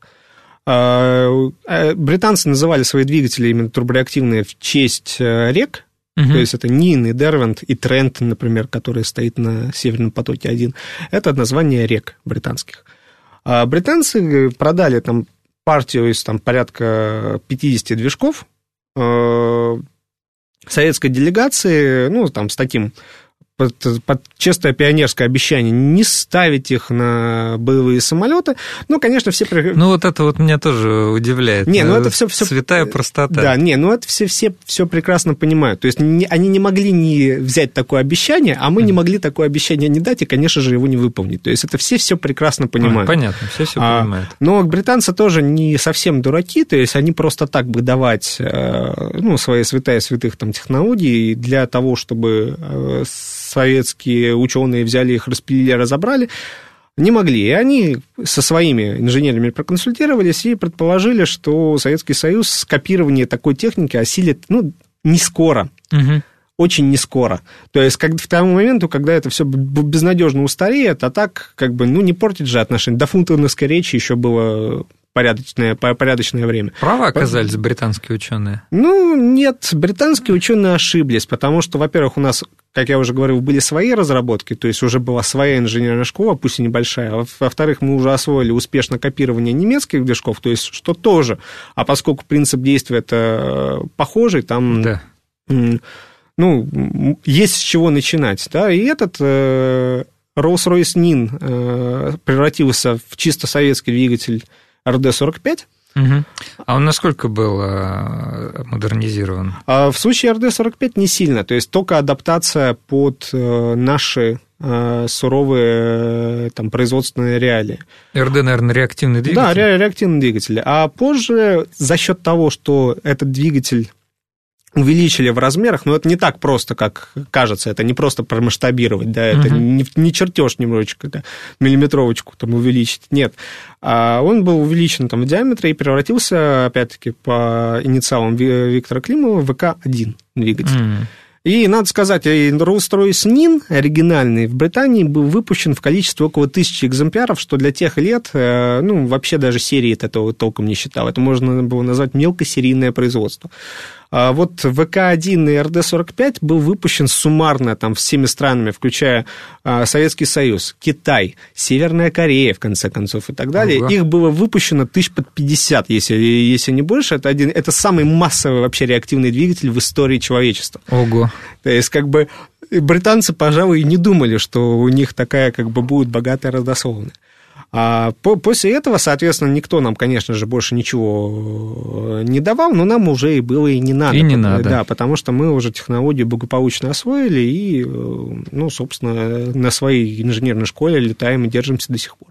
Британцы называли свои двигатели именно турбореактивные в честь рек. Uh-huh. То есть это Нин и Дервент и Трентон, например, который стоит на Северном потоке один. Это название рек британских. А британцы продали там партию из там, порядка пятьдесят движков э, советской делегации, ну, там, с таким... Под, под честное пионерское обещание не ставить их на боевые самолеты. Ну, конечно, все... Ну, вот это вот меня тоже удивляет. Не, ну, это все... все... Святая простота. Да, не, ну, это все, все, все прекрасно понимают. То есть, не, они не могли не взять такое обещание, а мы не могли такое обещание не дать и, конечно же, его не выполнить. То есть, это все все прекрасно понимают. А, понятно, все все а, понимают. Но британцы тоже не совсем дураки, то есть, они просто так бы давать, ну, свои святая святых там технологий для того, чтобы... советские ученые взяли их, распилили, разобрали, не могли. И они со своими инженерами проконсультировались и предположили, что Советский Союз скопирование такой техники осилит, ну, не скоро. Угу. Очень не скоро. То есть, как, к тому моменту, когда это все безнадежно устареет, а так, как бы, ну, не портить же отношения. До фунтоновской речи еще было... порядочное, порядочное время. Правы оказались британские ученые? Ну, нет, британские ученые ошиблись, потому что, во-первых, у нас, как я уже говорил, были свои разработки, то есть уже была своя инженерная школа, пусть и небольшая, а во-вторых, мы уже освоили успешно копирование немецких движков, то есть что тоже, а поскольку принцип действия это похожий, там, да. ну, есть с чего начинать, да, и этот... Rolls-Royce Нин превратился в чисто советский двигатель эр дэ сорок пять. Угу. А он насколько был модернизирован? В случае эр дэ сорок пять не сильно, то есть только адаптация под наши суровые там, производственные реалии. эр дэ, наверное, реактивный двигатель? Да, ре- реактивный двигатель. А позже за счет того, что этот двигатель увеличили в размерах, но это не так просто, как кажется, это не просто промасштабировать, да, это uh-huh. не, не чертеж немножечко, да, миллиметровочку там увеличить, нет. А он был увеличен там в диаметре и превратился, опять-таки, по инициалам Виктора Климова в вэ ка один двигатель. Uh-huh. И, надо сказать, Rolls-Royce Нин, оригинальный, в Британии был выпущен в количестве около тысячи экземпляров, что для тех лет, ну, вообще даже серии этого толком не считал. Это можно было назвать мелкосерийное производство. А вот вэ ка один и эр дэ сорок пять был выпущен суммарно там, всеми странами, включая а, Советский Союз, Китай, Северная Корея, в конце концов, и так далее. Ага. Их было выпущено тысяч под пятьдесят, если, если не больше. Это, один, это самый массовый вообще реактивный двигатель в истории человечества. Ого. То есть, как бы, британцы, пожалуй, и не думали, что у них такая, как бы, будет богатая родословная. А после этого, соответственно, никто нам, конечно же, больше ничего не давал, но нам уже и было и не надо. И не надо. Да, потому что мы уже технологию благополучно освоили и, ну, собственно, на своей инженерной школе летаем и держимся до сих пор.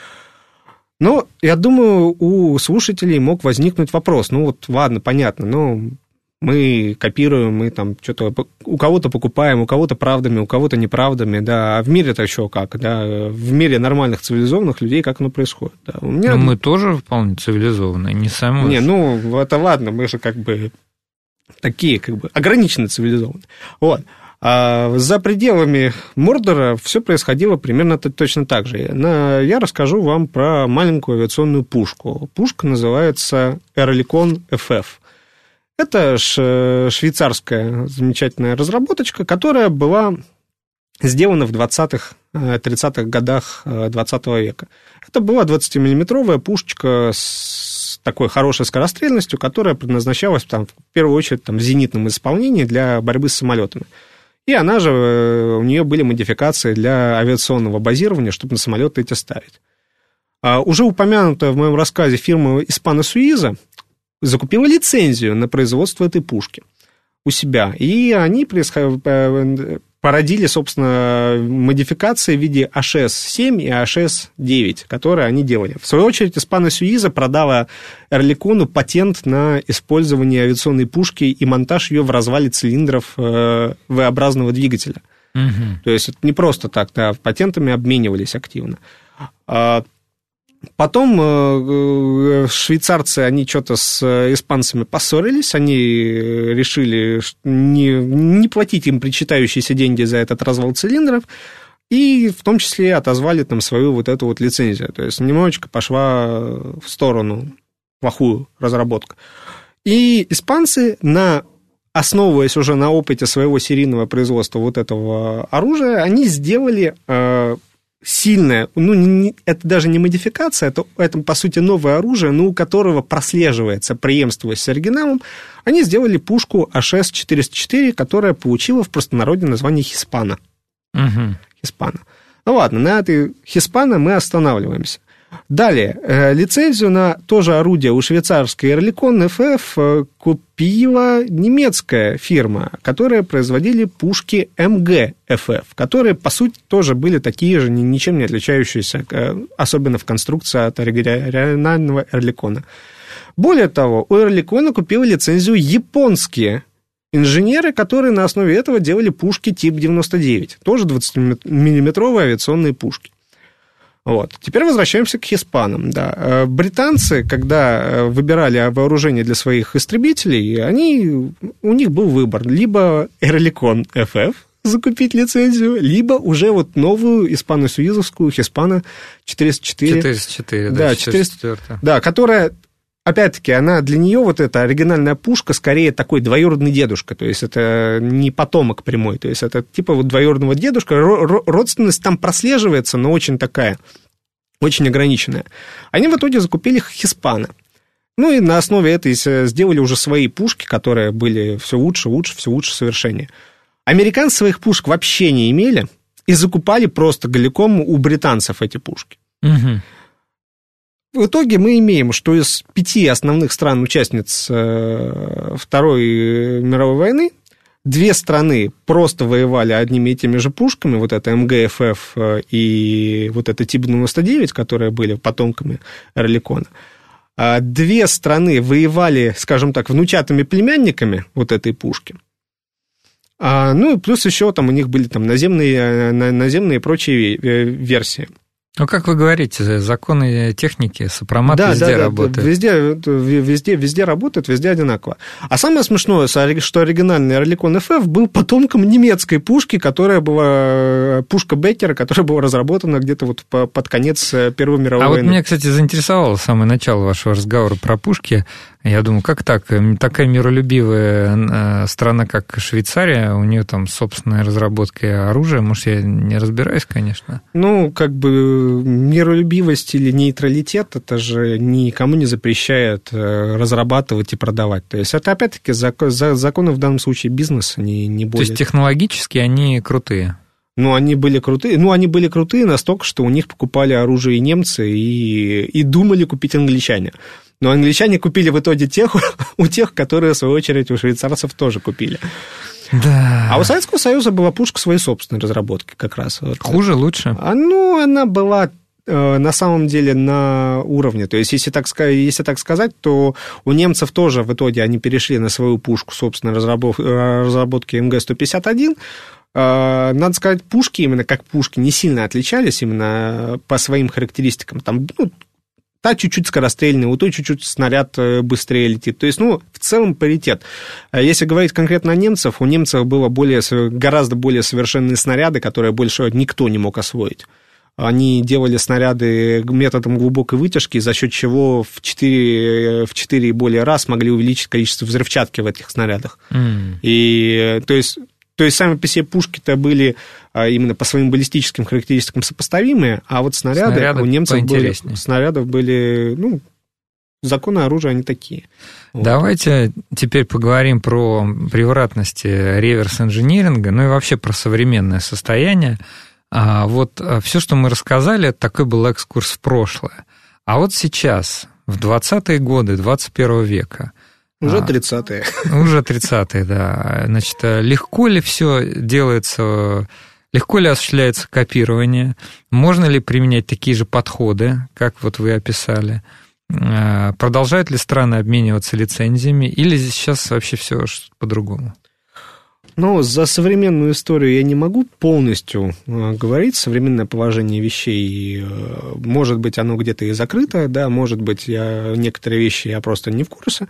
Но, я думаю, у слушателей мог возникнуть вопрос. Ну, вот, ладно, понятно, но... Мы копируем, мы там что-то у кого-то покупаем, у кого-то правдами, у кого-то неправдами, да, а в мире-то еще как, да, в мире нормальных цивилизованных людей как оно происходит, да. У меня... Но мы тоже вполне цивилизованные, не самые... Не, ну, это ладно, мы же как бы такие, как бы, ограниченно цивилизованные, вот. А за пределами Мордора все происходило примерно точно так же. Я расскажу вам про маленькую авиационную пушку. Пушка называется Oerlikon эф эф. Это швейцарская замечательная разработочка, которая была сделана в двадцатых-тридцатых годах двадцатого века. Это была двадцатимиллиметровая пушечка с такой хорошей скорострельностью, которая предназначалась там, в первую очередь там, в зенитном исполнении для борьбы с самолетами. И она же, у нее были модификации для авиационного базирования, чтобы на самолеты эти ставить. Уже упомянутая в моем рассказе фирма Испано Суиза закупила лицензию на производство этой пушки у себя. И они породили, собственно, модификации в виде эйч эс семь и эйч эс девять, которые они делали. В свою очередь, Испано Суиза продала Oerlikon патент на использование авиационной пушки и монтаж ее в развале цилиндров вэ-образного двигателя. Угу. То есть, это не просто так, да, патентами обменивались активно. Потом швейцарцы, они что-то с испанцами поссорились, они решили не, не платить им причитающиеся деньги за этот развал цилиндров, и в том числе отозвали там свою вот эту вот лицензию. То есть немножечко пошла в сторону плохую разработку. И испанцы, на, основываясь уже на опыте своего серийного производства вот этого оружия, они сделали э, сильное, ну, не, это даже не модификация, это, это, по сути, новое оружие, но у которого прослеживается преемственность с оригиналом. Они сделали пушку эйч эс четыреста четыре, которая получила в простонародье название Хиспана. Угу. Хиспана. Ну ладно, на этой Хиспана мы останавливаемся. Далее, э, лицензию на то же орудие у швейцарской Oerlikon эф эф э, купила немецкая фирма, которая производили пушки эм джи эф эф, которые, по сути, тоже были такие же, ничем не отличающиеся, э, особенно в конструкции от оригинального Oerlikon. Более того, у Oerlikon купила лицензию японские инженеры, которые на основе этого делали пушки тип девяносто девять, тоже двадцатимиллиметровые авиационные пушки. Вот. Теперь возвращаемся к Хиспанам. Да. Британцы, когда выбирали вооружение для своих истребителей, они, у них был выбор: либо Oerlikon эф эф закупить лицензию, либо уже вот новую испано-сюизовскую Хиспана четыреста четыре. четыреста четыре, да, да, четыреста четыре. Да, которая, опять-таки, она для нее, вот эта оригинальная пушка, скорее такой двоюродный дедушка, то есть это не потомок прямой, то есть это типа вот двоюродного дедушка, родственность там прослеживается, но очень такая, очень ограниченная. Они в итоге закупили Хиспана. Ну и на основе этой сделали уже свои пушки, которые были все лучше, лучше, все лучше, совершеннее. Американцы своих пушек вообще не имели и закупали просто голиком у британцев эти пушки. Угу. В итоге мы имеем, что из пяти основных стран-участниц Второй мировой войны две страны просто воевали одними и теми же пушками, вот это эм джи эф эф и вот это тип девяносто девять, которые были потомками Oerlikon. Две страны воевали, скажем так, внучатыми племянниками вот этой пушки. Ну и плюс еще там у них были там наземные, наземные и прочие версии. Ну, как вы говорите, законы техники, сопромат да, везде да, работает. Да, везде, везде, везде работает, везде одинаково. А самое смешное, что оригинальный Oerlikon эф эф был потомком немецкой пушки, которая была, пушка Беккера, которая была разработана где-то вот под конец Первой мировой а войны. А вот меня, кстати, заинтересовало самое начало вашего разговора про пушки. Я думаю, как так? Такая миролюбивая страна, как Швейцария, у нее там собственная разработка оружия, может, я не разбираюсь, конечно. Ну, как бы миролюбивость или нейтралитет, это же никому не запрещает разрабатывать и продавать. То есть это, опять-таки, законы в данном случае бизнеса, не, не более. То есть технологически они крутые? Ну, они были крутые. Ну, они были крутые настолько, что у них покупали оружие и немцы, и, и думали купить англичане. Но англичане купили в итоге тех, у тех, которые, в свою очередь, у швейцарцев тоже купили. Да. А у Советского Союза была пушка своей собственной разработки как раз. Хуже, лучше? А, ну, она была э, на самом деле на уровне. То есть, если так, если так сказать, то у немцев тоже в итоге они перешли на свою пушку собственной разработки эм джи сто пятьдесят один. Э, надо сказать, пушки именно как пушки не сильно отличались именно по своим характеристикам. Там, ну, та чуть-чуть скорострельная, у той чуть-чуть снаряд быстрее летит. То есть, ну, в целом паритет. Если говорить конкретно о немцах, у немцев было более, гораздо более совершенные снаряды, которые больше никто не мог освоить. Они делали снаряды методом глубокой вытяжки, за счет чего в четыре, в четыре и более раз могли увеличить количество взрывчатки в этих снарядах. Mm. И, то есть... То есть сами по себе пушки-то были именно по своим баллистическим характеристикам сопоставимые, а вот снаряды, снаряды у немцев были, снарядов были, ну, законы оружия, они такие. Давайте вот. Теперь поговорим про превратности реверс-инжиниринга, ну и вообще про современное состояние. А вот все, что мы рассказали, это такой был экскурс в прошлое. А вот сейчас, в двадцатые годы двадцать первого века, Уже тридцатые. Уже тридцатые, да. Значит, легко ли все делается, легко ли осуществляется копирование? Можно ли применять такие же подходы, как вот вы описали? Продолжают ли страны обмениваться лицензиями? Или сейчас вообще все по-другому? Ну, за современную историю я не могу полностью э, говорить. Современное положение вещей, э, может быть, оно где-то и закрыто, да, может быть, я, некоторые вещи я просто не в курсе.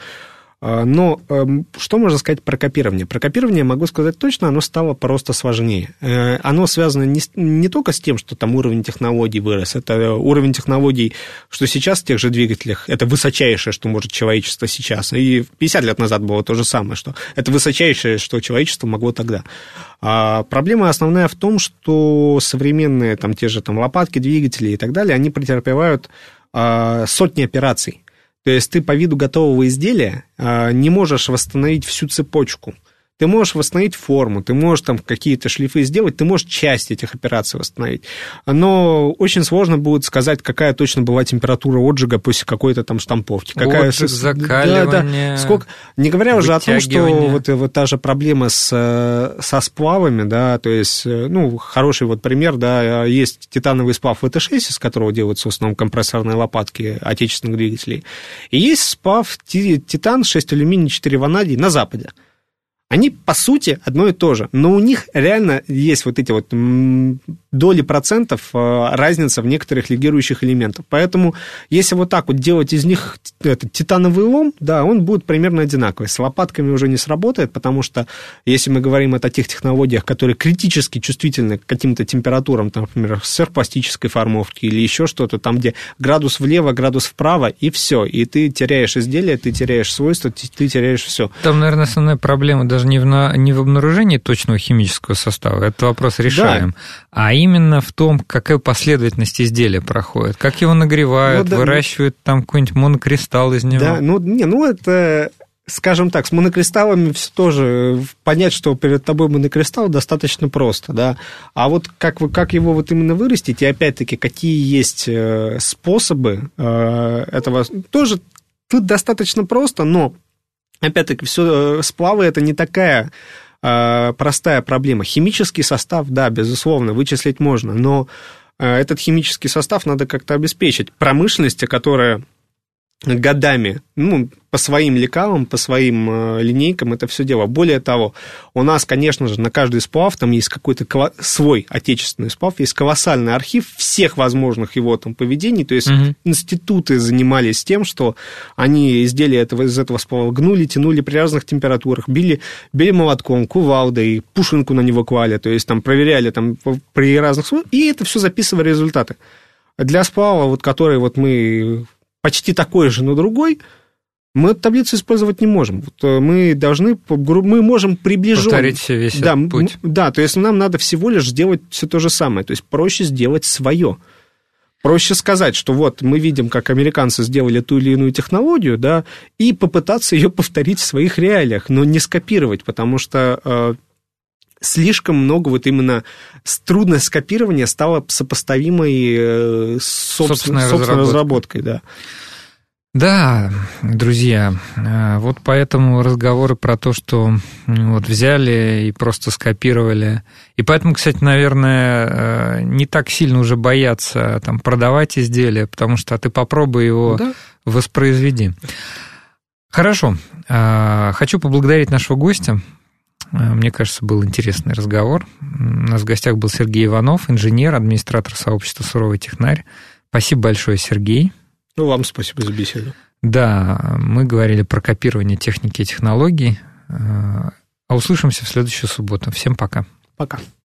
Но что можно сказать про копирование? Про копирование могу сказать точно, оно стало просто сложнее. Оно связано не, не только с тем, что там уровень технологий вырос, это уровень технологий, что сейчас в тех же двигателях, это высочайшее, что может человечество сейчас. И пятьдесят лет назад было то же самое, что это высочайшее, что человечество могло тогда. А проблема основная в том, что современные там, те же там, лопатки, двигатели и так далее, они претерпевают а, сотни операций. То есть ты по виду готового изделия не можешь восстановить всю цепочку. Ты можешь восстановить форму, ты можешь там какие-то шлифы сделать, ты можешь часть этих операций восстановить. Но очень сложно будет сказать, какая точно была температура отжига после какой-то там штамповки. Какая... Отжиг, закаливание, да, да. Сколько... Не говоря уже о том, что вот, вот та же проблема с, со сплавами, да, то есть, ну, хороший вот пример, да, есть титановый сплав вэ тэ шесть, из которого делаются в основном компрессорные лопатки отечественных двигателей, и есть сплав титан шесть алюминий четыре ванадий на Западе. Они, по сути, одно и то же, но у них реально есть вот эти вот доли процентов разница в некоторых легирующих элементах. Поэтому, если вот так вот делать из них этот титановый лом, да, он будет примерно одинаковый. С лопатками уже не сработает, потому что, если мы говорим о тех технологиях, которые критически чувствительны к каким-то температурам, там, например, сверхпластической формовки или еще что-то, там, где градус влево, градус вправо, и все. И ты теряешь изделие, ты теряешь свойства, ты теряешь все. Там, наверное, основная проблема даже не в, на, не в обнаружении точного химического состава, этот вопрос решаем, да. А именно в том, какая последовательность изделия проходит, как его нагревают, ну, да, выращивают там какой-нибудь монокристалл из него. Да, ну, не, ну это, скажем так, с монокристаллами все тоже понять, что перед тобой монокристалл, достаточно просто, да, а вот как, как его вот именно вырастить, и опять-таки, какие есть способы этого, тоже тут достаточно просто, но опять-таки, все сплавы – это не такая э, простая проблема. Химический состав, да, безусловно, вычислить можно, но э, этот химический состав надо как-то обеспечить. Промышленности, которая годами, ну, по своим лекалам, по своим э, линейкам это все дело. Более того, у нас, конечно же, на каждый сплав там есть какой-то коло... свой отечественный сплав, есть колоссальный архив всех возможных его там поведений, то есть угу. институты занимались тем, что они изделия этого, из этого сплава гнули, тянули при разных температурах, били, били молотком, кувалдой, пушинку на него клали, то есть там проверяли там при разных условиях, и это все записывали результаты. Для сплава, вот, который вот мы почти такой же, но другой, мы эту таблицу использовать не можем. Вот мы должны, мы можем приближенно... Повторить весь да, этот путь. Да, то есть нам надо всего лишь сделать все то же самое, то есть проще сделать свое. Проще сказать, что вот мы видим, как американцы сделали ту или иную технологию, да, и попытаться ее повторить в своих реалиях, но не скопировать, потому что... Э, слишком много вот именно трудность скопирования стала сопоставимой с собственной, собственной разработкой, да. Да, друзья, вот поэтому разговоры про то, что вот взяли и просто скопировали. И поэтому, кстати, наверное, не так сильно уже боятся там продавать изделия, потому что а ты попробуй его да. воспроизведи. Хорошо. Хочу поблагодарить нашего гостя. Мне кажется, был интересный разговор. У нас в гостях был Сергей Иванов, инженер, администратор сообщества «Суровый технарь». Спасибо большое, Сергей. Ну, вам спасибо за беседу. Да, мы говорили про копирование техники и технологий. А услышимся в следующую субботу. Всем пока. Пока.